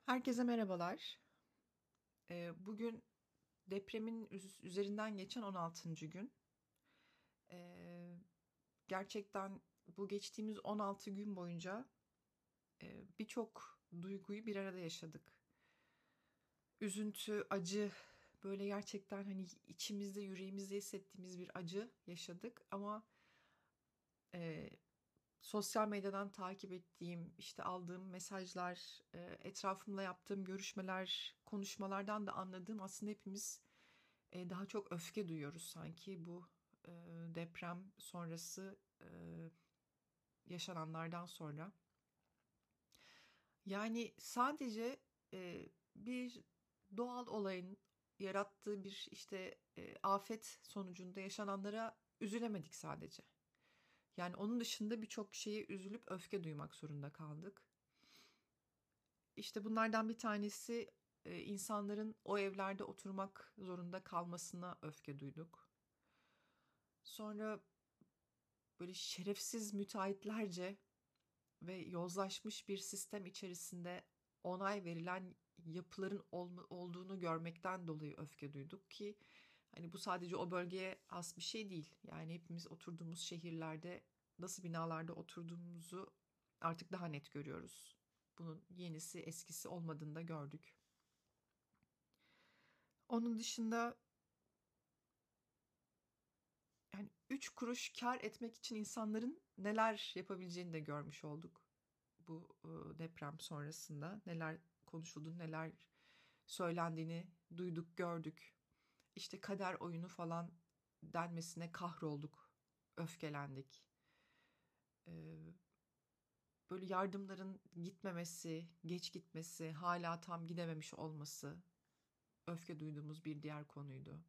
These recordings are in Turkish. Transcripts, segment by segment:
Herkese merhabalar. Bugün depremin üzerinden geçen 16. gün. Ee, Gerçekten bu geçtiğimiz 16 gün boyunca birçok duyguyu bir arada yaşadık. Üzüntü, acı, böyle gerçekten hani içimizde, yüreğimizde hissettiğimiz bir acı yaşadık. Ama e, sosyal medyadan takip ettiğim, işte aldığım mesajlar, etrafımla yaptığım görüşmeler, konuşmalardan da anladığım aslında hepimiz daha çok öfke duyuyoruz sanki bu deprem sonrası yaşananlardan sonra. Yani sadece bir doğal olayın yarattığı bir işte afet sonucunda yaşananlara üzülemedik sadece. Yani onun dışında birçok şeye üzülüp öfke duymak zorunda kaldık. İşte bunlardan bir tanesi insanların o evlerde oturmak zorunda kalmasına öfke duyduk. Sonra böyle şerefsiz müteahhitlerce ve yozlaşmış bir sistem içerisinde onay verilen yapıların olduğunu görmekten dolayı öfke duyduk ki hani bu sadece o bölgeye has bir şey değil. Yani hepimiz oturduğumuz şehirlerde nasıl binalarda oturduğumuzu artık daha net görüyoruz. Bunun yenisi eskisi olmadığını da gördük. Onun dışında yani 3 kuruş kar etmek için insanların neler yapabileceğini de görmüş olduk. Bu deprem sonrasında neler konuşuldu, neler söylendiğini duyduk, gördük. İşte kader oyunu falan denmesine kahrolduk, öfkelendik. Böyle yardımların gitmemesi, geç gitmesi, hala tam gidememiş olması öfke duyduğumuz bir diğer konuydu.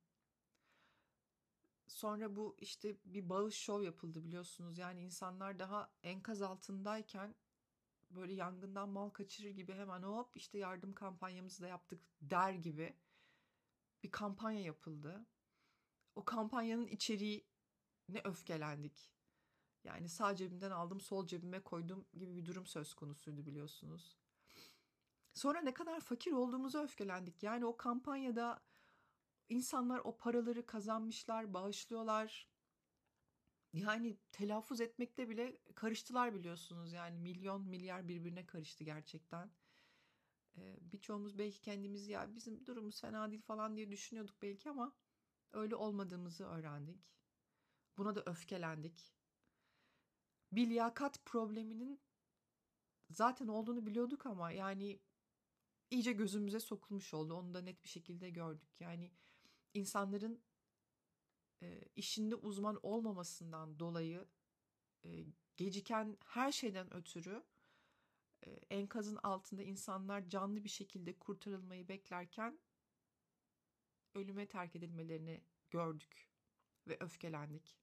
Sonra bu işte bir bağış şov yapıldı biliyorsunuz. Yani insanlar daha enkaz altındayken böyle yangından mal kaçırır gibi hemen hop işte yardım kampanyamızı da yaptık der gibi bir kampanya yapıldı. O kampanyanın içeriğine öfkelendik. Yani sağ cebimden aldım sol cebime koydum gibi bir durum söz konusuydu biliyorsunuz. Sonra ne kadar fakir olduğumuza öfkelendik. Yani o kampanyada insanlar o paraları kazanmışlar, bağışlıyorlar. Yani telaffuz etmekte bile karıştılar biliyorsunuz. Yani milyon milyar birbirine karıştı gerçekten. Birçoğumuz belki kendimizi ya bizim durumumuz fena değil falan diye düşünüyorduk belki ama öyle olmadığımızı öğrendik. Buna da öfkelendik. Bir liyakat probleminin zaten olduğunu biliyorduk ama yani iyice gözümüze sokulmuş oldu. Onu da net bir şekilde gördük. Yani insanların işinde uzman olmamasından dolayı geciken her şeyden ötürü enkazın altında insanlar canlı bir şekilde kurtarılmayı beklerken ölüme terk edilmelerini gördük ve öfkelendik.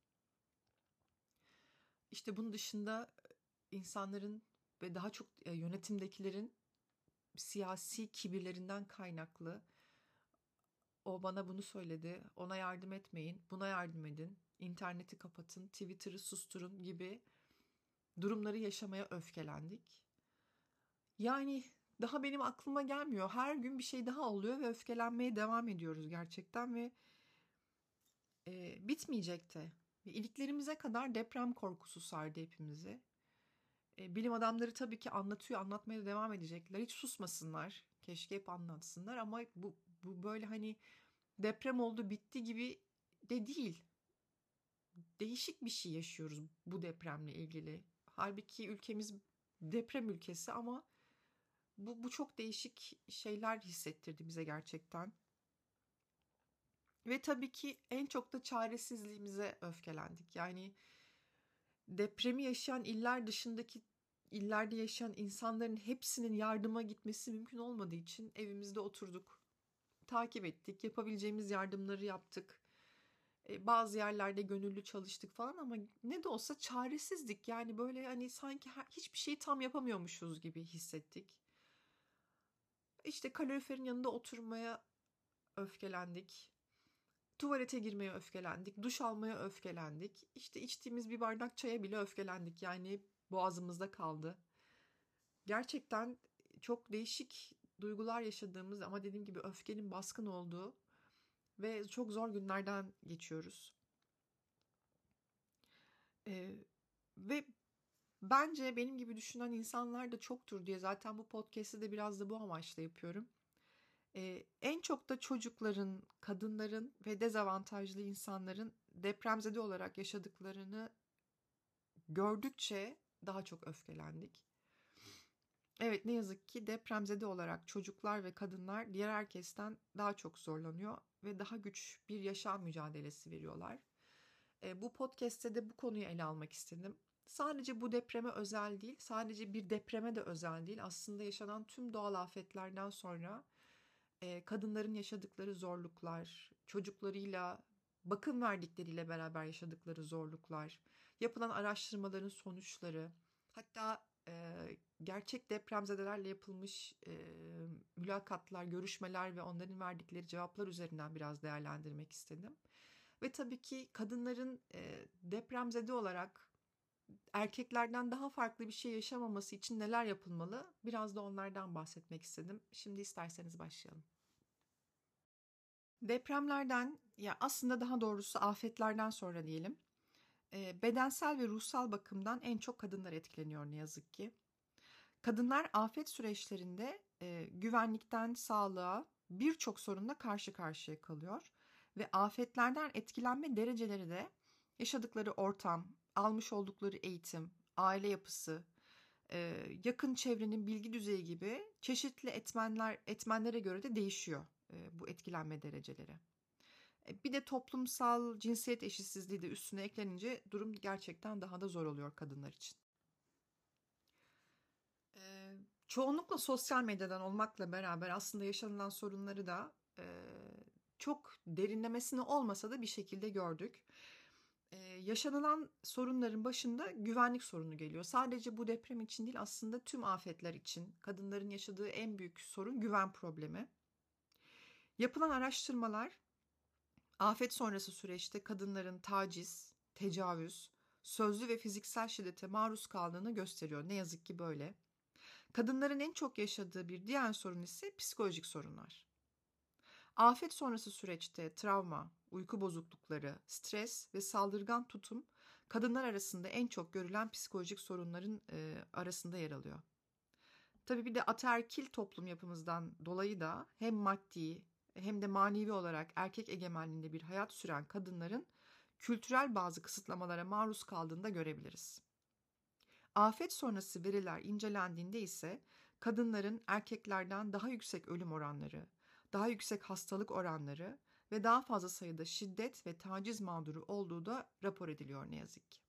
İşte bunun dışında insanların ve daha çok yönetimdekilerin siyasi kibirlerinden kaynaklı o bana bunu söyledi, ona yardım etmeyin, buna yardım edin, interneti kapatın, Twitter'ı susturun gibi durumları yaşamaya öfkelendik. Yani daha benim aklıma gelmiyor. Her gün bir şey daha oluyor ve öfkelenmeye devam ediyoruz gerçekten ve bitmeyecek de. İliklerimize kadar deprem korkusu sardı hepimizi. Bilim adamları tabii ki anlatıyor, anlatmaya da devam edecekler. Hiç susmasınlar. Keşke hep anlatsınlar ama bu böyle hani deprem oldu bitti gibi de değil. Değişik bir şey yaşıyoruz bu depremle ilgili. Halbuki ülkemiz deprem ülkesi ama bu çok değişik şeyler hissettirdi bize gerçekten. Ve tabii ki en çok da çaresizliğimize öfkelendik. Yani depremi yaşayan iller dışındaki illerde yaşayan insanların hepsinin yardıma gitmesi mümkün olmadığı için evimizde oturduk. Takip ettik, yapabileceğimiz yardımları yaptık. Bazı yerlerde gönüllü çalıştık falan ama ne de olsa çaresizdik. Yani böyle hani sanki hiçbir şeyi tam yapamıyormuşuz gibi hissettik. İşte kaloriferin yanında oturmaya öfkelendik. Tuvalete girmeye öfkelendik, duş almaya öfkelendik. İşte içtiğimiz bir bardak çaya bile öfkelendik. Yani boğazımızda kaldı. Gerçekten çok değişik duygular yaşadığımız ama dediğim gibi öfkenin baskın olduğu ve çok zor günlerden geçiyoruz. Ee, ve bence benim gibi düşünen insanlar da çoktur diye zaten bu podcast'i de biraz da bu amaçla yapıyorum. En çok da çocukların, kadınların ve dezavantajlı insanların depremzede olarak yaşadıklarını gördükçe daha çok öfkelendik. Evet, ne yazık ki depremzede olarak çocuklar ve kadınlar diğer herkesten daha çok zorlanıyor ve daha güç bir yaşam mücadelesi veriyorlar. Bu podcast'te de bu konuyu ele almak istedim. Sadece bu depreme özel değil, sadece bir depreme de özel değil. Aslında yaşanan tüm doğal afetlerden sonra kadınların yaşadıkları zorluklar, çocuklarıyla, bakım verdikleriyle beraber yaşadıkları zorluklar, yapılan araştırmaların sonuçları, hatta gerçek depremzedelerle yapılmış mülakatlar, görüşmeler ve onların verdikleri cevaplar üzerinden biraz değerlendirmek istedim. Ve tabii ki kadınların depremzede olarak erkeklerden daha farklı bir şey yaşamaması için neler yapılmalı? Biraz da onlardan bahsetmek istedim. Şimdi isterseniz başlayalım. Depremlerden ya aslında daha doğrusu afetlerden sonra diyelim. Bedensel ve ruhsal bakımdan en çok kadınlar etkileniyor ne yazık ki. Kadınlar afet süreçlerinde güvenlikten sağlığa birçok sorunla karşı karşıya kalıyor ve afetlerden etkilenme dereceleri de yaşadıkları ortam, almış oldukları eğitim, aile yapısı, yakın çevrenin bilgi düzeyi gibi çeşitli etmenlere göre de değişiyor bu etkilenme dereceleri. Bir de toplumsal cinsiyet eşitsizliği de üstüne eklenince durum gerçekten daha da zor oluyor kadınlar için. Çoğunlukla sosyal medyadan olmakla beraber aslında yaşanılan sorunları da çok derinlemesine olmasa da bir şekilde gördük. Yaşanılan sorunların başında güvenlik sorunu geliyor. Sadece bu deprem için değil aslında tüm afetler için kadınların yaşadığı en büyük sorun güven problemi. Yapılan araştırmalar afet sonrası süreçte kadınların taciz, tecavüz, sözlü ve fiziksel şiddete maruz kaldığını gösteriyor. Ne yazık ki böyle. Kadınların en çok yaşadığı bir diğer sorun ise psikolojik sorunlar. Afet sonrası süreçte travma, uyku bozuklukları, stres ve saldırgan tutum kadınlar arasında en çok görülen psikolojik sorunların arasında yer alıyor. Tabii bir de ataerkil toplum yapımızdan dolayı da hem maddi hem de manevi olarak erkek egemenliğinde bir hayat süren kadınların kültürel bazı kısıtlamalara maruz kaldığını da görebiliriz. Afet sonrası veriler incelendiğinde ise kadınların erkeklerden daha yüksek ölüm oranları, daha yüksek hastalık oranları ve daha fazla sayıda şiddet ve taciz mağduru olduğu da rapor ediliyor ne yazık ki.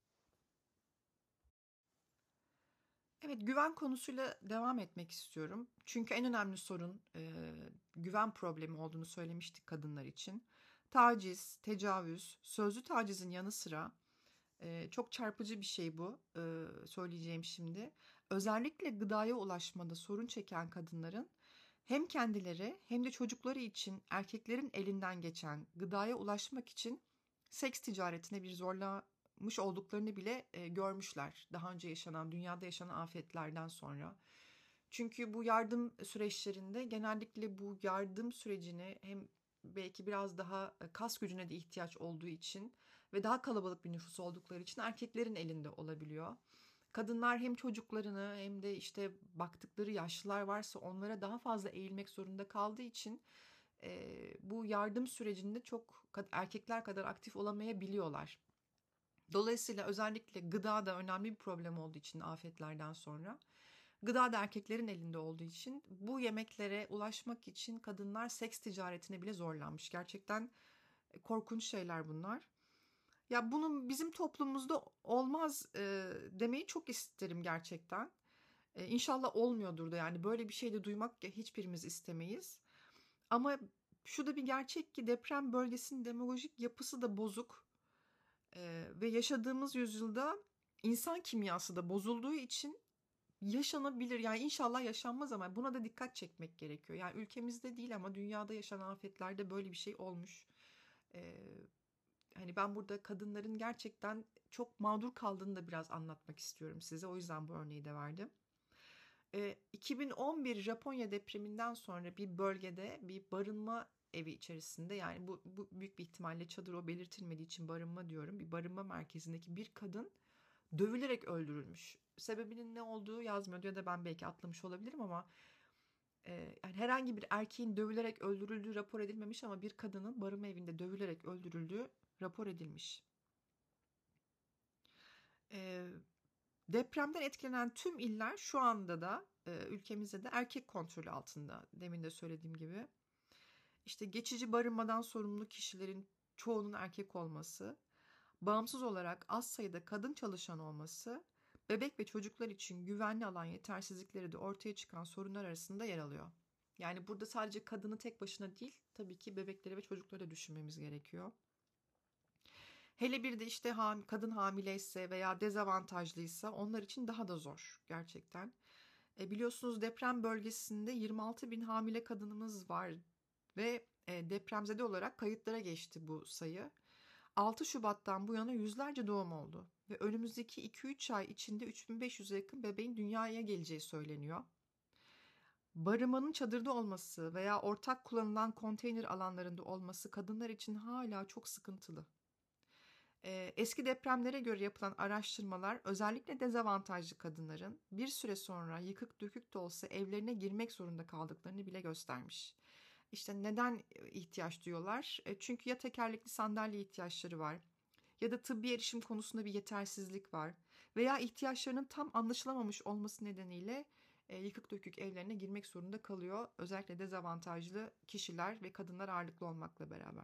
Evet, güven konusuyla devam etmek istiyorum. Çünkü en önemli sorun güven problemi olduğunu söylemiştik kadınlar için. Taciz, tecavüz, sözlü tacizin yanı sıra çok çarpıcı bir şey bu söyleyeceğim şimdi. Özellikle gıdaya ulaşmada sorun çeken kadınların hem kendileri hem de çocukları için erkeklerin elinden geçen gıdaya ulaşmak için seks ticaretine bir zorlamış olduklarını bile görmüşler. Daha önce yaşanan, dünyada yaşanan afetlerden sonra. Çünkü bu yardım süreçlerinde genellikle bu yardım sürecini hem belki biraz daha kas gücüne de ihtiyaç olduğu için ve daha kalabalık bir nüfus oldukları için erkeklerin elinde olabiliyor. Kadınlar hem çocuklarını hem de işte baktıkları yaşlılar varsa onlara daha fazla eğilmek zorunda kaldığı için bu yardım sürecinde çok erkekler kadar aktif olamayabiliyorlar. Dolayısıyla özellikle gıda da önemli bir problem olduğu için afetlerden sonra gıda da erkeklerin elinde olduğu için bu yemeklere ulaşmak için kadınlar seks ticaretine bile zorlanmış. Gerçekten korkunç şeyler bunlar. Ya bunun bizim toplumumuzda olmaz demeyi çok isterim gerçekten. İnşallah olmuyordur da yani böyle bir şey de duymak hiçbirimiz istemeyiz. Ama şu da bir gerçek ki deprem bölgesinin demografik yapısı da bozuk. Ve yaşadığımız yüzyılda insan kimyası da bozulduğu için yaşanabilir. Yani inşallah yaşanmaz ama buna da dikkat çekmek gerekiyor. Yani ülkemizde değil ama dünyada yaşanan afetlerde böyle bir şey olmuş. Ee, Hani ben burada kadınların gerçekten çok mağdur kaldığını da biraz anlatmak istiyorum size. O yüzden bu örneği de verdim. 2011 Japonya depreminden sonra bir bölgede bir barınma evi içerisinde, yani bu büyük bir ihtimalle çadır, o belirtilmediği için barınma diyorum. Bir barınma merkezindeki bir kadın dövülerek öldürülmüş. Sebebinin ne olduğu yazmıyor ya da ben belki atlamış olabilirim ama yani herhangi bir erkeğin dövülerek öldürüldüğü rapor edilmemiş ama bir kadının barınma evinde dövülerek öldürüldüğü rapor edilmiş. Depremden etkilenen tüm iller şu anda da ülkemizde de erkek kontrolü altında. Demin de söylediğim gibi. İşte geçici barınmadan sorumlu kişilerin çoğunun erkek olması, bağımsız olarak az sayıda kadın çalışan olması, bebek ve çocuklar için güvenli alan yetersizlikleri de ortaya çıkan sorunlar arasında yer alıyor. Yani burada sadece kadını tek başına değil, tabii ki bebekleri ve çocukları da düşünmemiz gerekiyor. Hele bir de işte kadın hamileyse veya dezavantajlıysa onlar için daha da zor gerçekten. Biliyorsunuz deprem bölgesinde 26 bin hamile kadınımız var ve depremzede olarak kayıtlara geçti bu sayı. 6 Şubat'tan bu yana yüzlerce doğum oldu ve önümüzdeki 2-3 ay içinde 3500'e yakın bebeğin dünyaya geleceği söyleniyor. Barınmanın çadırda olması veya ortak kullanılan konteyner alanlarında olması kadınlar için hala çok sıkıntılı. Eski depremlere göre yapılan araştırmalar özellikle dezavantajlı kadınların bir süre sonra yıkık dökük de olsa evlerine girmek zorunda kaldıklarını bile göstermiş. İşte neden ihtiyaç duyuyorlar? Çünkü ya tekerlekli sandalye ihtiyaçları var ya da tıbbi erişim konusunda bir yetersizlik var veya ihtiyaçlarının tam anlaşılamamış olması nedeniyle yıkık dökük evlerine girmek zorunda kalıyor. Özellikle dezavantajlı kişiler ve kadınlar ağırlıklı olmakla beraber.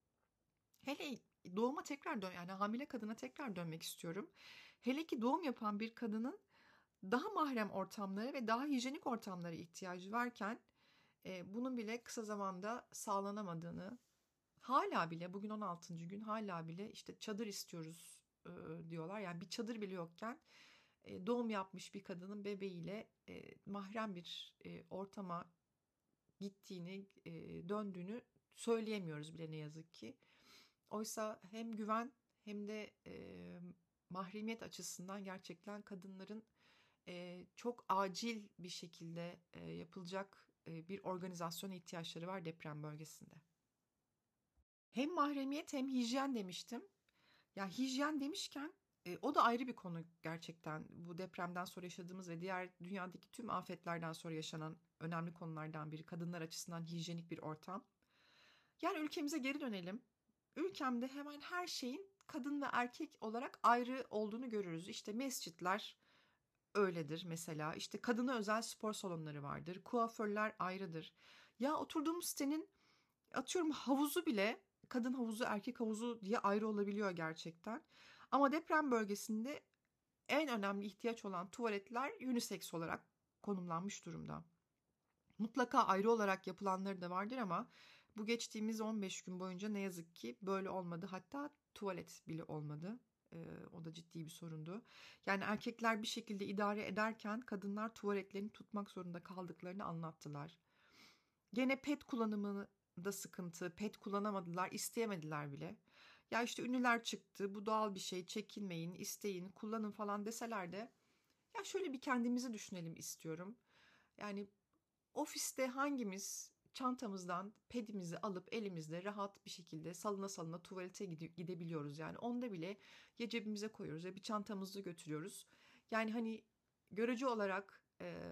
Hele doğuma tekrar yani hamile kadına tekrar dönmek istiyorum. Hele ki doğum yapan bir kadının daha mahrem ortamlara ve daha hijyenik ortamlara ihtiyacı varken bunun bile kısa zamanda sağlanamadığını, hala bile bugün 16. gün hala bile işte çadır istiyoruz diyorlar. Yani bir çadır bile yokken doğum yapmış bir kadının bebeğiyle mahrem bir ortama gittiğini, döndüğünü söyleyemiyoruz bile ne yazık ki. Oysa hem güven hem de mahremiyet açısından gerçekten kadınların çok acil bir şekilde yapılacak bir organizasyona ihtiyaçları var deprem bölgesinde. Hem mahremiyet hem hijyen demiştim. Ya hijyen demişken o da ayrı bir konu gerçekten. Bu depremden sonra yaşadığımız ve diğer dünyadaki tüm afetlerden sonra yaşanan önemli konulardan biri. Kadınlar açısından hijyenik bir ortam. Yani ülkemize geri dönelim. Ülkemde hemen her şeyin kadın ve erkek olarak ayrı olduğunu görürüz. İşte mescitler öyledir mesela. İşte kadına özel spor salonları vardır. Kuaförler ayrıdır. Ya oturduğumuz sitenin atıyorum havuzu bile kadın havuzu, erkek havuzu diye ayrı olabiliyor gerçekten. Ama deprem bölgesinde en önemli ihtiyaç olan tuvaletler unisex olarak konumlanmış durumda. Mutlaka ayrı olarak yapılanları da vardır ama bu geçtiğimiz 15 gün boyunca ne yazık ki böyle olmadı. Hatta tuvalet bile olmadı. O da ciddi bir sorundu. Yani erkekler bir şekilde idare ederken kadınlar tuvaletlerini tutmak zorunda kaldıklarını anlattılar. Gene pet kullanımında sıkıntı. Pet kullanamadılar, isteyemediler bile. Ya işte ünlüler çıktı, bu doğal bir şey, çekinmeyin, isteyin, kullanın falan deseler de ya şöyle bir kendimizi düşünelim istiyorum. Yani ofiste hangimiz çantamızdan pedimizi alıp elimizde rahat bir şekilde salına salına tuvalete gidebiliyoruz? Yani onda bile ya cebimize koyuyoruz ya bir çantamızı götürüyoruz. Yani hani görece olarak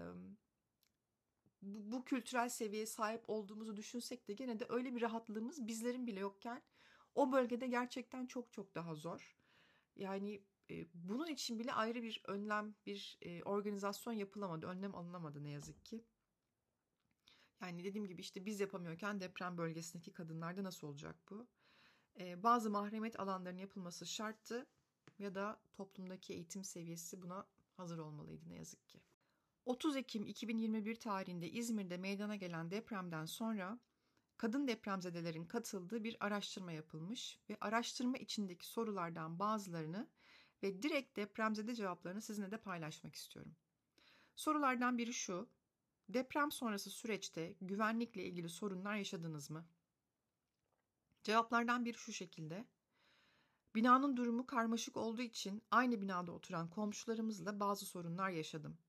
bu kültürel seviyeye sahip olduğumuzu düşünsek de gene de öyle bir rahatlığımız bizlerin bile yokken o bölgede gerçekten çok çok daha zor. Yani bunun için bile ayrı bir önlem, bir organizasyon yapılamadı, önlem alınamadı ne yazık ki. Yani dediğim gibi işte biz yapamıyorken deprem bölgesindeki kadınlarda nasıl olacak bu? Bazı mahremiyet alanlarının yapılması şarttı ya da toplumdaki eğitim seviyesi buna hazır olmalıydı ne yazık ki. 30 Ekim 2021 tarihinde İzmir'de meydana gelen depremden sonra kadın depremzedelerin katıldığı bir araştırma yapılmış ve araştırma içindeki sorulardan bazılarını ve direkt depremzede cevaplarını sizinle de paylaşmak istiyorum. Sorulardan biri şu: deprem sonrası süreçte güvenlikle ilgili sorunlar yaşadınız mı? Cevaplardan biri şu şekilde: binanın durumu karmaşık olduğu için aynı binada oturan komşularımızla bazı sorunlar yaşadım.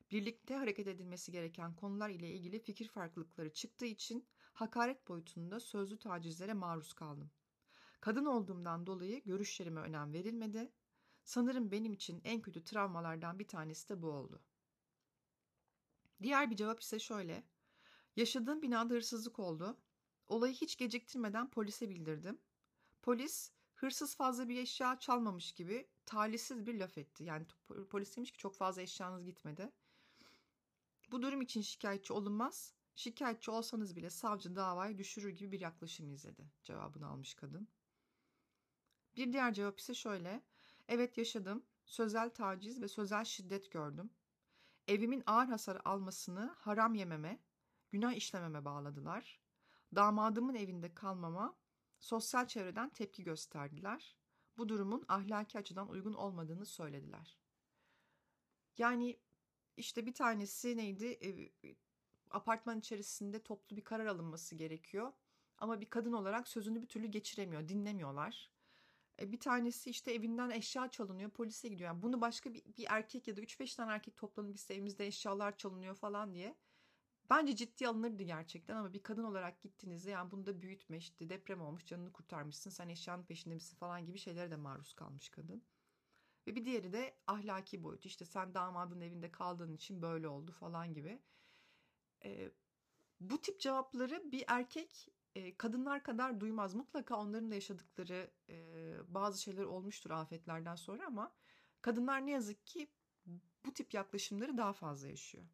Birlikte hareket edilmesi gereken konular ile ilgili fikir farklılıkları çıktığı için hakaret boyutunda sözlü tacizlere maruz kaldım. Kadın olduğumdan dolayı görüşlerime önem verilmedi. Sanırım benim için en kötü travmalardan bir tanesi de bu oldu. Diğer bir cevap ise şöyle. Yaşadığım binada hırsızlık oldu. Olayı hiç geciktirmeden polise bildirdim. Polis hırsız fazla bir eşya çalmamış gibi talihsiz bir laf etti. Yani polis demiş ki çok fazla eşyanız gitmedi. Bu durum için şikayetçi olunmaz. Şikayetçi olsanız bile savcı davayı düşürür gibi bir yaklaşım izledi. Cevabını almış kadın. Bir diğer cevap ise şöyle. Evet yaşadım. Sözel taciz ve sözel şiddet gördüm. Evimin ağır hasar almasını haram yememe, günah işlememe bağladılar. Damadımın evinde kalmama sosyal çevreden tepki gösterdiler. Bu durumun ahlaki açıdan uygun olmadığını söylediler. Yani işte bir tanesi neydi? Apartman içerisinde toplu bir karar alınması gerekiyor. Ama bir kadın olarak sözünü bir türlü geçiremiyor, dinlemiyorlar. Bir tanesi işte evinden eşya çalınıyor, polise gidiyor. Yani bunu başka bir erkek ya da 3-5 tane erkek toplanıp biz evimizde eşyalar çalınıyor falan diye. Bence ciddi alınırdı gerçekten ama bir kadın olarak gittiğinizde yani bunu da büyütme işte deprem olmuş canını kurtarmışsın sen eşyanın peşinde misin falan gibi şeylere de maruz kalmış kadın. Ve bir diğeri de ahlaki boyutu işte sen damadın evinde kaldığın için böyle oldu falan gibi. Ee, Bu tip cevapları bir erkek kadınlar kadar duymaz. Mutlaka onların da yaşadıkları bazı şeyler olmuştur afetlerden sonra ama kadınlar ne yazık ki bu tip yaklaşımları daha fazla yaşıyor.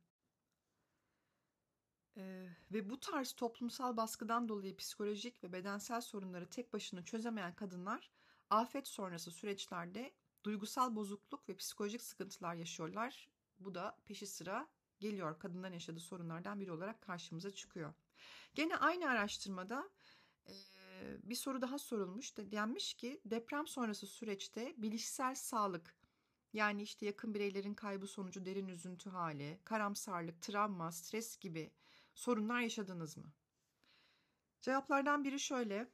Ve bu tarz toplumsal baskıdan dolayı psikolojik ve bedensel sorunları tek başına çözemeyen kadınlar afet sonrası süreçlerde duygusal bozukluk ve psikolojik sıkıntılar yaşıyorlar. Bu da peşi sıra geliyor kadınların yaşadığı sorunlardan biri olarak karşımıza çıkıyor. Gene aynı araştırmada bir soru daha sorulmuş. Denmiş ki deprem sonrası süreçte bilişsel sağlık yani işte yakın bireylerin kaybı sonucu derin üzüntü hali, karamsarlık, travma, stres gibi sorunlar yaşadınız mı? Cevaplardan biri şöyle.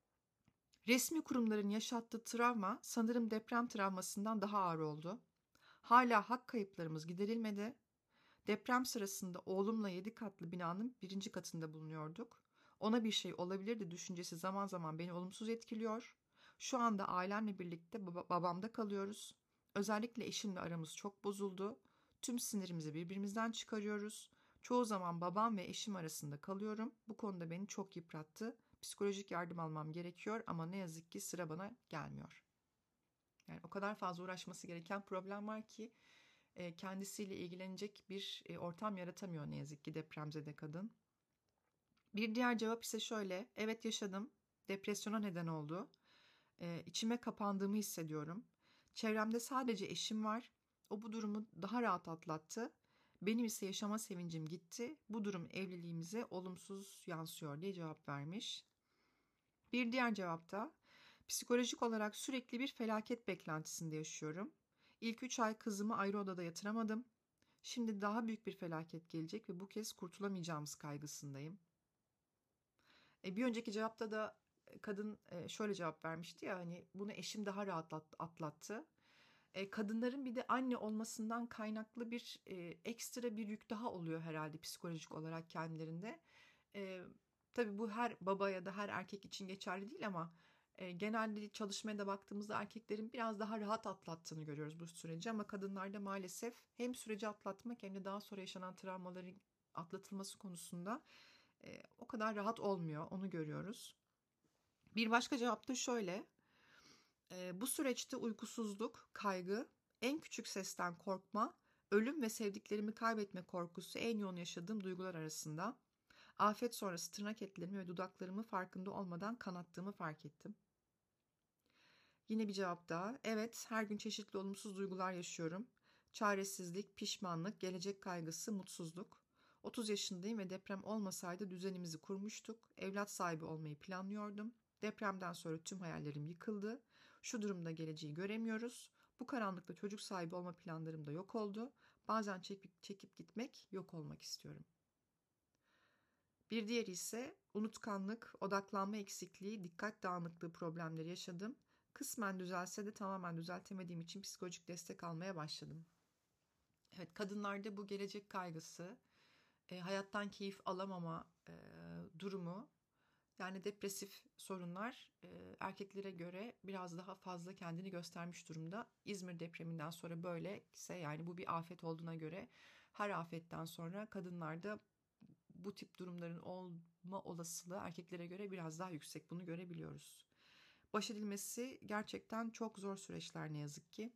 Resmi kurumların yaşattığı travma sanırım deprem travmasından daha ağır oldu. Hala hak kayıplarımız giderilmedi. Deprem sırasında oğlumla 7 katlı binanın birinci katında bulunuyorduk. Ona bir şey olabilirdi düşüncesi zaman zaman beni olumsuz etkiliyor. Şu anda ailemle birlikte babamda kalıyoruz. Özellikle eşimle aramız çok bozuldu. Tüm sinirimizi birbirimizden çıkarıyoruz. Çoğu zaman babam ve eşim arasında kalıyorum. Bu konuda beni çok yıprattı. Psikolojik yardım almam gerekiyor ama ne yazık ki sıra bana gelmiyor. Yani o kadar fazla uğraşması gereken problem var ki kendisiyle ilgilenecek bir ortam yaratamıyor ne yazık ki depremzede kadın. Bir diğer cevap ise şöyle. Evet yaşadım. Depresyona neden oldu. İçime kapandığımı hissediyorum. Çevremde sadece eşim var. O bu durumu daha rahat atlattı. Benim ise yaşama sevincim gitti. Bu durum evliliğimize olumsuz yansıyor diye cevap vermiş. Bir diğer cevapta psikolojik olarak sürekli bir felaket beklentisinde yaşıyorum. İlk 3 ay kızımı ayrı odada yatıramadım. Şimdi daha büyük bir felaket gelecek ve bu kez kurtulamayacağımız kaygısındayım. Bir önceki cevapta da kadın şöyle cevap vermişti ya hani bunu eşim daha rahat atlattı. Kadınların bir de anne olmasından kaynaklı bir ekstra bir yük daha oluyor herhalde psikolojik olarak kendilerinde. E, tabii bu her baba ya da her erkek için geçerli değil ama genelde çalışmaya da baktığımızda erkeklerin biraz daha rahat atlattığını görüyoruz bu süreci ama kadınlarda maalesef hem süreci atlatmak hem de daha sonra yaşanan travmaların atlatılması konusunda o kadar rahat olmuyor onu görüyoruz. Bir başka cevap da şöyle. Bu süreçte uykusuzluk, kaygı, en küçük sesten korkma, ölüm ve sevdiklerimi kaybetme korkusu en yoğun yaşadığım duygular arasında. Afet sonrası tırnak etlerimi ve dudaklarımı farkında olmadan kanattığımı fark ettim. Yine bir cevap daha. Evet, her gün çeşitli olumsuz duygular yaşıyorum. Çaresizlik, pişmanlık, gelecek kaygısı, mutsuzluk. 30 yaşındayım ve deprem olmasaydı düzenimizi kurmuştuk. Evlat sahibi olmayı planlıyordum. Depremden sonra tüm hayallerim yıkıldı. Şu durumda geleceği göremiyoruz. Bu karanlıkta çocuk sahibi olma planlarım da yok oldu. Bazen çekip gitmek, yok olmak istiyorum. Bir diğeri ise unutkanlık, odaklanma eksikliği, dikkat dağınıklığı problemleri yaşadım. Kısmen düzelse de tamamen düzeltemediğim için psikolojik destek almaya başladım. Evet, kadınlarda bu gelecek kaygısı, hayattan keyif alamama durumu, yani depresif sorunlar erkeklere göre biraz daha fazla kendini göstermiş durumda. İzmir depreminden sonra böyle ise, yani bu bir afet olduğuna göre her afetten sonra kadınlarda bu tip durumların olma olasılığı erkeklere göre biraz daha yüksek. Bunu görebiliyoruz. Baş edilmesi gerçekten çok zor süreçler ne yazık ki.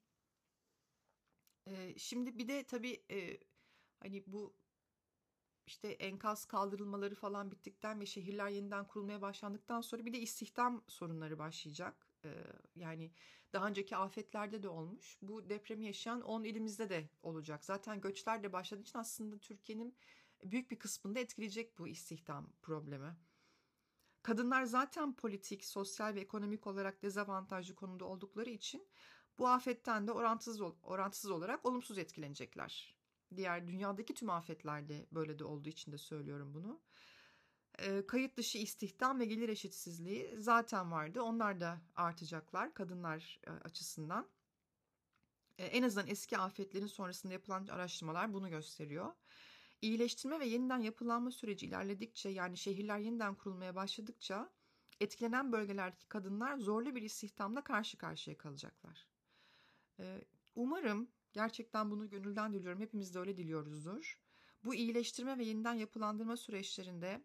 Şimdi bir de tabii hani bu işte enkaz kaldırılmaları falan bittikten ve şehirler yeniden kurulmaya başlandıktan sonra bir de istihdam sorunları başlayacak. Yani daha önceki afetlerde de olmuş. Bu depremi yaşayan 10 ilimizde de olacak. Zaten göçler de başladığı için aslında Türkiye'nin büyük bir kısmında etkileyecek bu istihdam problemi. Kadınlar zaten politik, sosyal ve ekonomik olarak dezavantajlı konumda oldukları için bu afetten de orantısız olarak olumsuz etkilenecekler. Diğer dünyadaki tüm afetlerde böyle de olduğu için de söylüyorum bunu. Kayıt dışı istihdam ve gelir eşitsizliği zaten vardı. Onlar da artacaklar kadınlar açısından. En azından eski afetlerin sonrasında yapılan araştırmalar bunu gösteriyor. İyileştirme ve yeniden yapılanma süreci ilerledikçe, yani şehirler yeniden kurulmaya başladıkça etkilenen bölgelerdeki kadınlar zorlu bir istihdamla karşı karşıya kalacaklar. Umarım, gerçekten bunu gönülden diliyorum, hepimiz de öyle diliyoruzdur. Bu iyileştirme ve yeniden yapılandırma süreçlerinde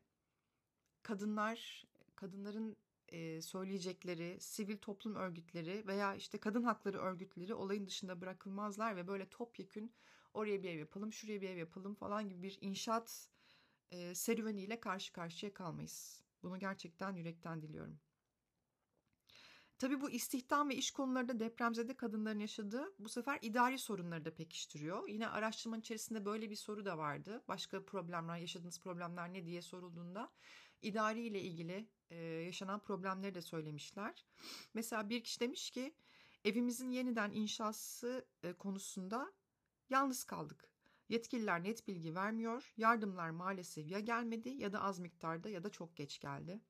kadınların söyleyecekleri, sivil toplum örgütleri veya işte kadın hakları örgütleri olayın dışında bırakılmazlar ve böyle topyekün oraya bir ev yapalım, şuraya bir ev yapalım falan gibi bir inşaat serüveniyle karşı karşıya kalmayız. Bunu gerçekten yürekten diliyorum. Tabii bu istihdam ve iş konularında depremzede kadınların yaşadığı bu sefer idari sorunları da pekiştiriyor. Yine araştırmanın içerisinde böyle bir soru da vardı. Başka problemler, yaşadığınız problemler ne diye sorulduğunda idari ile ilgili yaşanan problemleri de söylemişler. Mesela bir kişi demiş ki evimizin yeniden inşası konusunda yalnız kaldık. Yetkililer net bilgi vermiyor. Yardımlar maalesef ya gelmedi ya da az miktarda ya da çok geç geldi.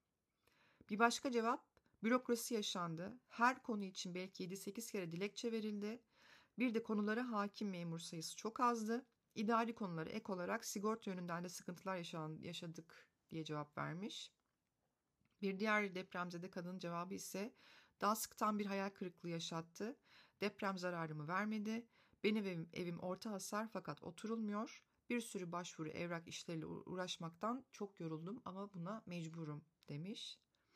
Bir başka cevap, bürokrasi yaşandı. Her konu için belki 7-8 kere dilekçe verildi. Bir de konulara hakim memur sayısı çok azdı. İdari konulara ek olarak sigorta yönünden de sıkıntılar yaşadık diye cevap vermiş. Bir diğer depremzede kadının cevabı ise daha sıktan bir hayal kırıklığı yaşattı. Deprem zararımı vermedi. Benim evim orta hasar fakat oturulmuyor. Bir sürü başvuru evrak işleriyle uğraşmaktan çok yoruldum ama buna mecburum demiş.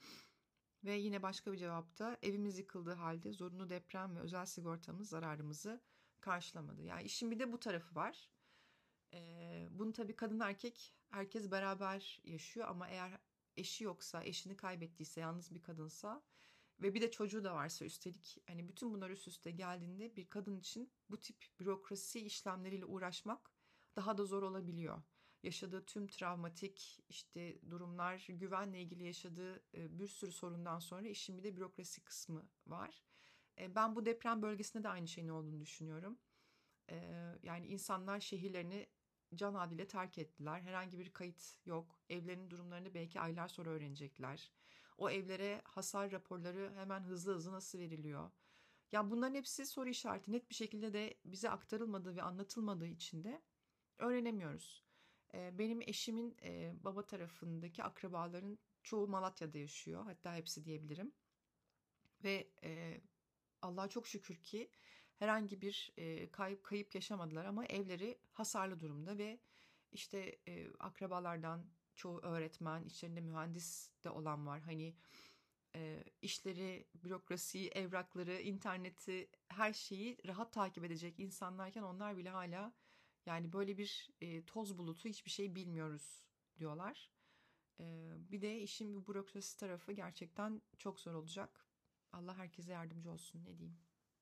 Ve yine başka bir cevapta evimiz yıkıldığı halde zorunlu deprem ve özel sigortamız zararımızı karşılamadı. Yani işin bir de bu tarafı var. Bunu tabii kadın erkek herkes beraber yaşıyor ama eğer eşi yoksa, eşini kaybettiyse, yalnız bir kadınsa ve bir de çocuğu da varsa üstelik, hani bütün bunlar üst üste geldiğinde bir kadın için bu tip bürokrasi işlemleriyle uğraşmak daha da zor olabiliyor. Yaşadığı tüm travmatik işte durumlar, güvenle ilgili yaşadığı bir sürü sorundan sonra işin bir de bürokrasi kısmı var. Ben bu deprem bölgesinde de aynı şeyin olduğunu düşünüyorum. Yani insanlar şehirlerini can havliyle terk ettiler. Herhangi bir kayıt yok. Evlerinin durumlarını belki aylar sonra öğrenecekler. O evlere hasar raporları hemen hızlı hızlı nasıl veriliyor? Yani bunların hepsi soru işareti. Net bir şekilde de bize aktarılmadığı ve anlatılmadığı için de öğrenemiyoruz. Benim eşimin baba tarafındaki akrabaların çoğu Malatya'da yaşıyor. Hatta hepsi diyebilirim. Ve Allah'a çok şükür ki herhangi bir kayıp yaşamadılar ama evleri hasarlı durumda ve işte akrabalardan çoğu öğretmen, içlerinde mühendis de olan var. Hani işleri, bürokrasiyi, evrakları, interneti, her şeyi rahat takip edecek insanlarken onlar bile hala yani böyle bir toz bulutu, hiçbir şey bilmiyoruz diyorlar. Bir de işin bu bürokrasi tarafı gerçekten çok zor olacak. Allah herkese yardımcı olsun, ne diyeyim.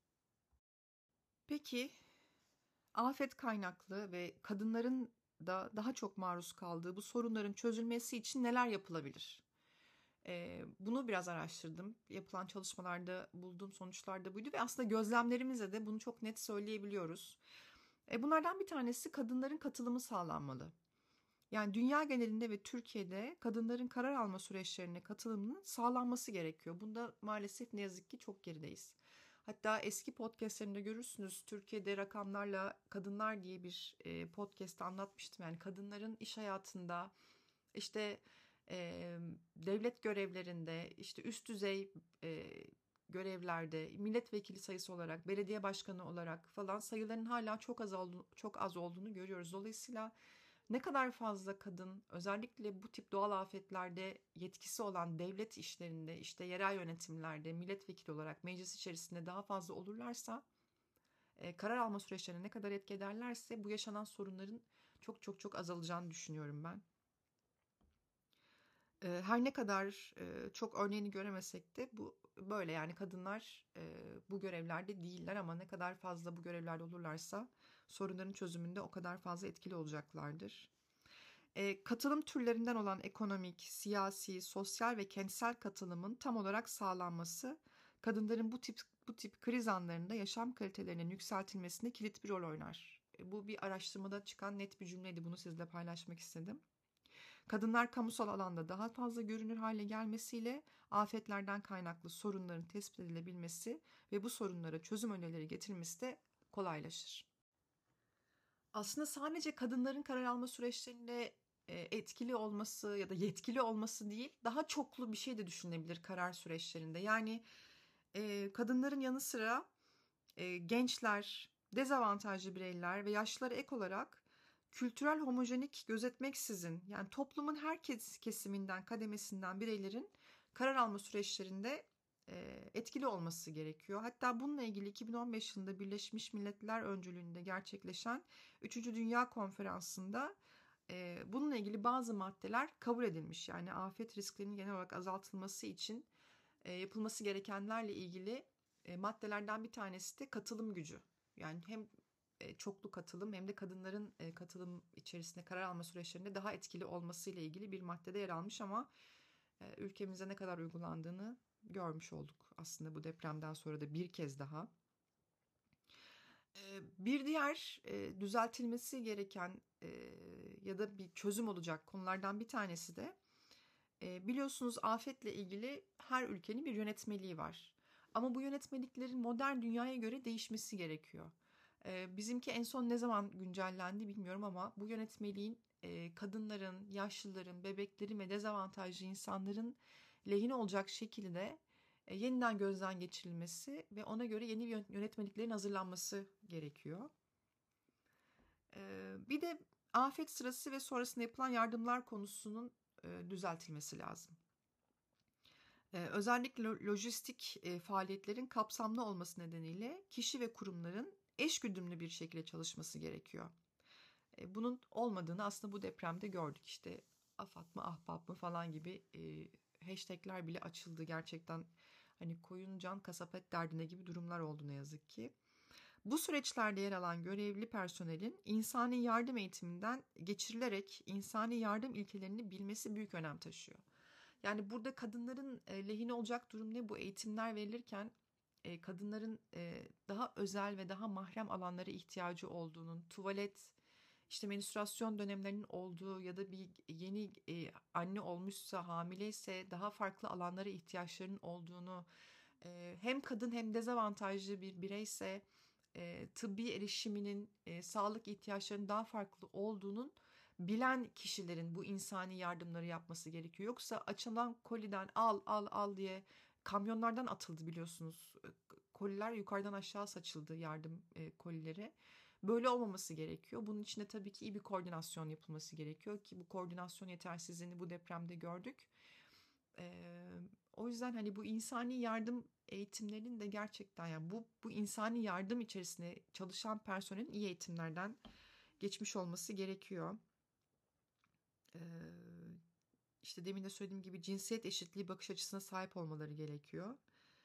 Peki afet kaynaklı ve kadınların da daha çok maruz kaldığı bu sorunların çözülmesi için neler yapılabilir? Bunu biraz araştırdım. Yapılan çalışmalarda bulduğum sonuçlar da buydu ve aslında gözlemlerimizle de bunu çok net söyleyebiliyoruz. Bunlardan bir tanesi, kadınların katılımı sağlanmalı. Yani dünya genelinde ve Türkiye'de kadınların karar alma süreçlerine katılımının sağlanması gerekiyor. Bunda maalesef ne yazık ki çok gerideyiz. Hatta eski podcastlerimde görürsünüz, Türkiye'de Rakamlarla Kadınlar diye bir podcast'te anlatmıştım. Yani kadınların iş hayatında, işte devlet görevlerinde, işte üst düzey görevlerde, milletvekili sayısı olarak, belediye başkanı olarak falan sayıların hala çok az olduğunu görüyoruz. Dolayısıyla ne kadar fazla kadın özellikle bu tip doğal afetlerde yetkisi olan devlet işlerinde, işte yerel yönetimlerde milletvekili olarak meclis içerisinde daha fazla olurlarsa, karar alma süreçlerine ne kadar etki ederlerse bu yaşanan sorunların çok çok çok azalacağını düşünüyorum ben. Her ne kadar çok örneğini göremesek de bu böyle, yani kadınlar bu görevlerde değiller ama ne kadar fazla bu görevlerde olurlarsa sorunların çözümünde o kadar fazla etkili olacaklardır. Katılım türlerinden olan ekonomik, siyasi, sosyal ve kentsel katılımın tam olarak sağlanması, kadınların bu tip kriz anlarında yaşam kalitelerinin yükseltilmesinde kilit bir rol oynar. Bu bir araştırmada çıkan net bir cümleydi. Bunu sizinle paylaşmak istedim. Kadınlar kamusal alanda daha fazla görünür hale gelmesiyle afetlerden kaynaklı sorunların tespit edilebilmesi ve bu sorunlara çözüm önerileri getirilmesi de kolaylaşır. Aslında sadece kadınların karar alma süreçlerinde etkili olması ya da yetkili olması değil, daha çoklu bir şey de düşünülebilir karar süreçlerinde. Yani kadınların yanı sıra gençler, dezavantajlı bireyler ve yaşlılara ek olarak kültürel homojenik gözetmeksizin, yani toplumun her kesiminden, kademesinden bireylerin karar alma süreçlerinde etkili olması gerekiyor. Hatta bununla ilgili 2015 yılında Birleşmiş Milletler öncülüğünde gerçekleşen 3. Dünya Konferansı'nda bununla ilgili bazı maddeler kabul edilmiş. Yani afet risklerinin genel olarak azaltılması için yapılması gerekenlerle ilgili maddelerden bir tanesi de katılım gücü. Yani hem çoklu katılım hem de kadınların katılım içerisinde karar alma süreçlerinde daha etkili olması ile ilgili bir maddede yer almış ama ülkemize ne kadar uygulandığını görmüş olduk aslında bu depremden sonra da bir kez daha. Bir diğer düzeltilmesi gereken ya da bir çözüm olacak konulardan bir tanesi de biliyorsunuz afetle ilgili her ülkenin bir yönetmeliği var. Ama bu yönetmeliklerin modern dünyaya göre değişmesi gerekiyor. Bizimki en son ne zaman güncellendi bilmiyorum ama bu yönetmeliğin kadınların, yaşlıların, bebeklerin ve dezavantajlı insanların lehine olacak şekilde yeniden gözden geçirilmesi ve ona göre yeni yönetmeliklerin hazırlanması gerekiyor. Bir de afet sırası ve sonrasında yapılan yardımlar konusunun düzeltilmesi lazım. Özellikle lojistik faaliyetlerin kapsamlı olması nedeniyle kişi ve kurumların eşgüdümlü bir şekilde çalışması gerekiyor. Bunun olmadığını aslında bu depremde gördük. İşte AFAD mı ahbap mı falan gibi hashtagler bile açıldı. Gerçekten hani koyun can kasap et derdine gibi durumlar oldu ne yazık ki. Bu süreçlerde yer alan görevli personelin insani yardım eğitiminden geçirilerek insani yardım ilkelerini bilmesi büyük önem taşıyor. Yani burada kadınların lehine olacak durum ne? Bu eğitimler verilirken kadınların daha özel ve daha mahrem alanlara ihtiyacı olduğunun, tuvalet, işte menstruasyon dönemlerinin olduğu ya da bir yeni anne olmuşsa, hamileyse daha farklı alanlara ihtiyaçlarının olduğunu, hem kadın hem dezavantajlı bir bireyse tıbbi erişiminin, sağlık ihtiyaçlarının daha farklı olduğunun bilen kişilerin bu insani yardımları yapması gerekiyor. Yoksa açılan koliden al al al diye kamyonlardan atıldı biliyorsunuz. Koliler yukarıdan aşağı saçıldı, yardım kolileri. Böyle olmaması gerekiyor. Bunun için de tabii ki iyi bir koordinasyon yapılması gerekiyor ki bu koordinasyon yetersizliğini bu depremde gördük. O yüzden hani bu insani yardım eğitimlerinin de gerçekten, yani bu insani yardım içerisinde çalışan personelin iyi eğitimlerden geçmiş olması gerekiyor. İşte demin de söylediğim gibi cinsiyet eşitliği bakış açısına sahip olmaları gerekiyor.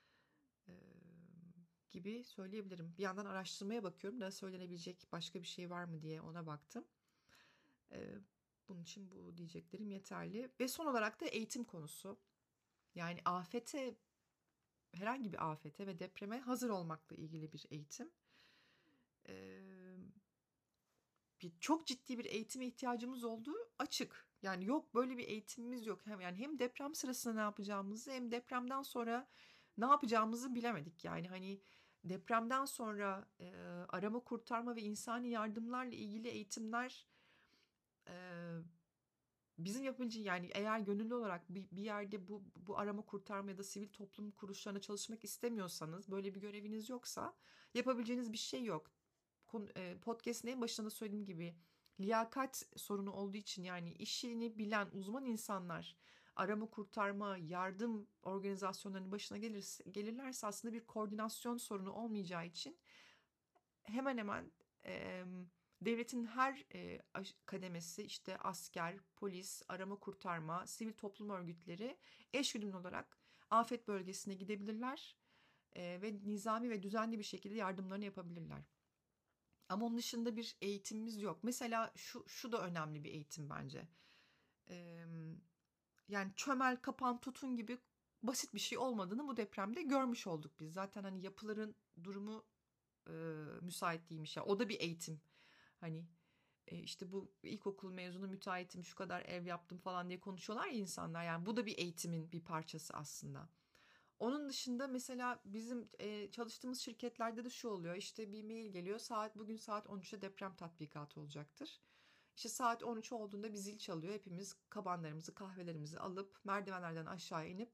Gibi söyleyebilirim. Bir yandan araştırmaya bakıyorum da söylenebilecek başka bir şey var mı diye ona baktım. Bunun için bu diyeceklerim yeterli. Ve son olarak da eğitim konusu. Yani herhangi bir afete ve depreme hazır olmakla ilgili bir eğitim. Çok ciddi bir eğitime ihtiyacımız olduğu açık. Yani yok, böyle bir eğitimimiz yok. Hem deprem sırasında ne yapacağımızı hem depremden sonra ne yapacağımızı bilemedik. Yani hani Depremden sonra arama kurtarma ve insani yardımlarla ilgili eğitimler e, bizim yapabileceği, yani eğer gönüllü olarak bir yerde bu arama kurtarma ya da sivil toplum kuruluşlarına çalışmak istemiyorsanız, böyle bir göreviniz yoksa yapabileceğiniz bir şey yok. Podcast'ın en başında söylediğim gibi liyakat sorunu olduğu için, yani işini bilen uzman insanlar arama kurtarma yardım organizasyonlarının başına gelirlerse aslında bir koordinasyon sorunu olmayacağı için hemen hemen e, devletin her kademesi, işte asker, polis, arama kurtarma, sivil toplum örgütleri eşgüdümlü olarak afet bölgesine gidebilirler ve nizami ve düzenli bir şekilde yardımlarını yapabilirler. Ama onun dışında bir eğitimimiz yok. Mesela şu da önemli bir eğitim bence. Ee, Yani çömel, kapan, tutun gibi basit bir şey olmadığını bu depremde görmüş olduk biz. Zaten hani yapıların durumu e, müsait değilmiş. Ya o da bir eğitim. Hani işte bu ilkokul mezunu müteahhitim, şu kadar ev yaptım falan diye konuşuyorlar ya insanlar. Yani bu da bir eğitimin bir parçası aslında. Onun dışında mesela bizim çalıştığımız şirketlerde de şu oluyor. İşte bir mail geliyor. Bugün saat 13'te deprem tatbikatı olacaktır. İşte saat 13 olduğunda bir zil çalıyor. Hepimiz kabanlarımızı, kahvelerimizi alıp merdivenlerden aşağı inip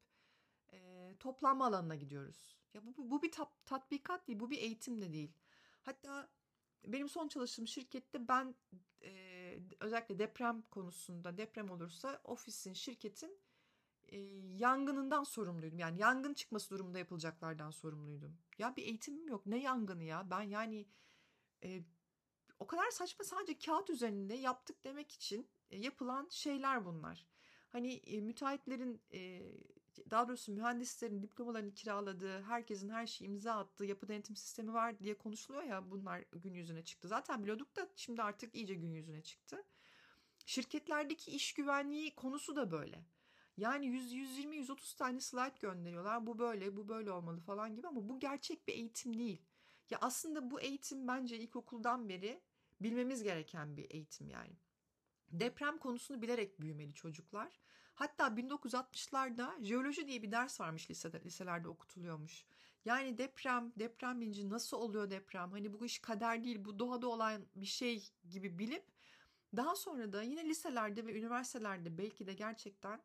toplanma alanına gidiyoruz. Ya bu bir tatbikat değil, bu bir eğitim de değil. Hatta benim son çalıştığım şirkette ben özellikle deprem konusunda, deprem olursa ofisin, şirketin yangınından sorumluydum. Yani yangın çıkması durumunda yapılacaklardan sorumluydum. Ya bir eğitimim yok. Ne yangını ya? Ben yani e, o kadar saçma, sadece kağıt üzerinde yaptık demek için yapılan şeyler bunlar. Hani müteahhitlerin, daha doğrusu mühendislerin diplomalarını kiraladığı, herkesin her şeyi imza attığı yapı denetim sistemi var diye konuşuluyor ya, bunlar gün yüzüne çıktı. Zaten biliyorduk da şimdi artık iyice gün yüzüne çıktı. Şirketlerdeki iş güvenliği konusu da böyle. Yani 120-130 tane slide gönderiyorlar. Bu böyle, bu böyle olmalı falan gibi, ama bu gerçek bir eğitim değil. Ya aslında bu eğitim bence ilkokuldan beri bilmemiz gereken bir eğitim yani. Deprem konusunu bilerek büyümeli çocuklar. Hatta 1960'larda jeoloji diye bir ders varmış liselerde okutuluyormuş. Yani deprem bilinci, nasıl oluyor deprem? Hani bu iş kader değil, bu doğada olan bir şey gibi bilip daha sonra da yine liselerde ve üniversitelerde belki de gerçekten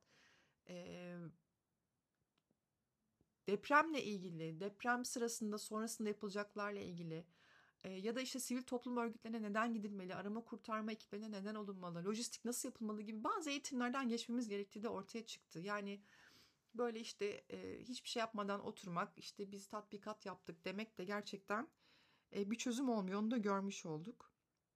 e, depremle ilgili, deprem sırasında sonrasında yapılacaklarla ilgili ya da işte sivil toplum örgütlerine neden gidilmeli, arama kurtarma ekiplerine neden olunmalı, lojistik nasıl yapılmalı gibi bazı eğitimlerden geçmemiz gerektiği de ortaya çıktı. Yani böyle işte hiçbir şey yapmadan oturmak, işte biz tatbikat yaptık demek de gerçekten bir çözüm olmuyor. Onu da görmüş olduk.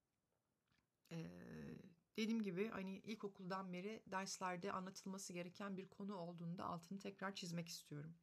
Dediğim gibi hani ilkokuldan beri derslerde anlatılması gereken bir konu olduğunda altını tekrar çizmek istiyorum.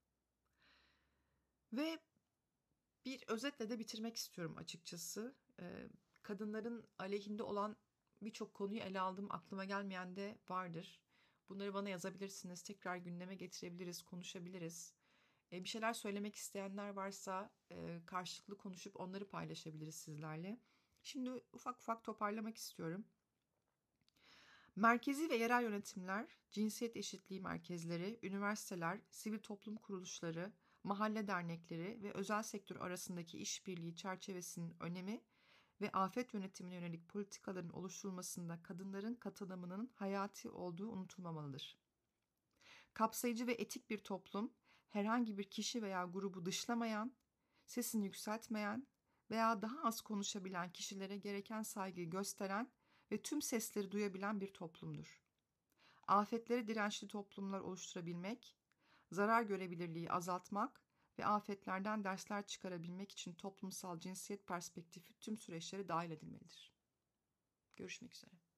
Ve bir özetle de bitirmek istiyorum açıkçası. Kadınların aleyhinde olan birçok konuyu ele aldım. Aklıma gelmeyen de vardır. Bunları bana yazabilirsiniz. Tekrar gündeme getirebiliriz, konuşabiliriz. Bir şeyler söylemek isteyenler varsa karşılıklı konuşup onları paylaşabiliriz sizlerle. Şimdi ufak ufak toparlamak istiyorum. Merkezi ve yerel yönetimler, cinsiyet eşitliği merkezleri, üniversiteler, sivil toplum kuruluşları, mahalle dernekleri ve özel sektör arasındaki işbirliği çerçevesinin önemi ve afet yönetimine yönelik politikaların oluşturulmasında kadınların katılımının hayati olduğu unutulmamalıdır. Kapsayıcı ve etik bir toplum, herhangi bir kişi veya grubu dışlamayan, sesini yükseltmeyen veya daha az konuşabilen kişilere gereken saygıyı gösteren ve tüm sesleri duyabilen bir toplumdur. Afetlere dirençli toplumlar oluşturabilmek, zarar görebilirliği azaltmak ve afetlerden dersler çıkarabilmek için toplumsal cinsiyet perspektifi tüm süreçlere dahil edilmelidir. Görüşmek üzere.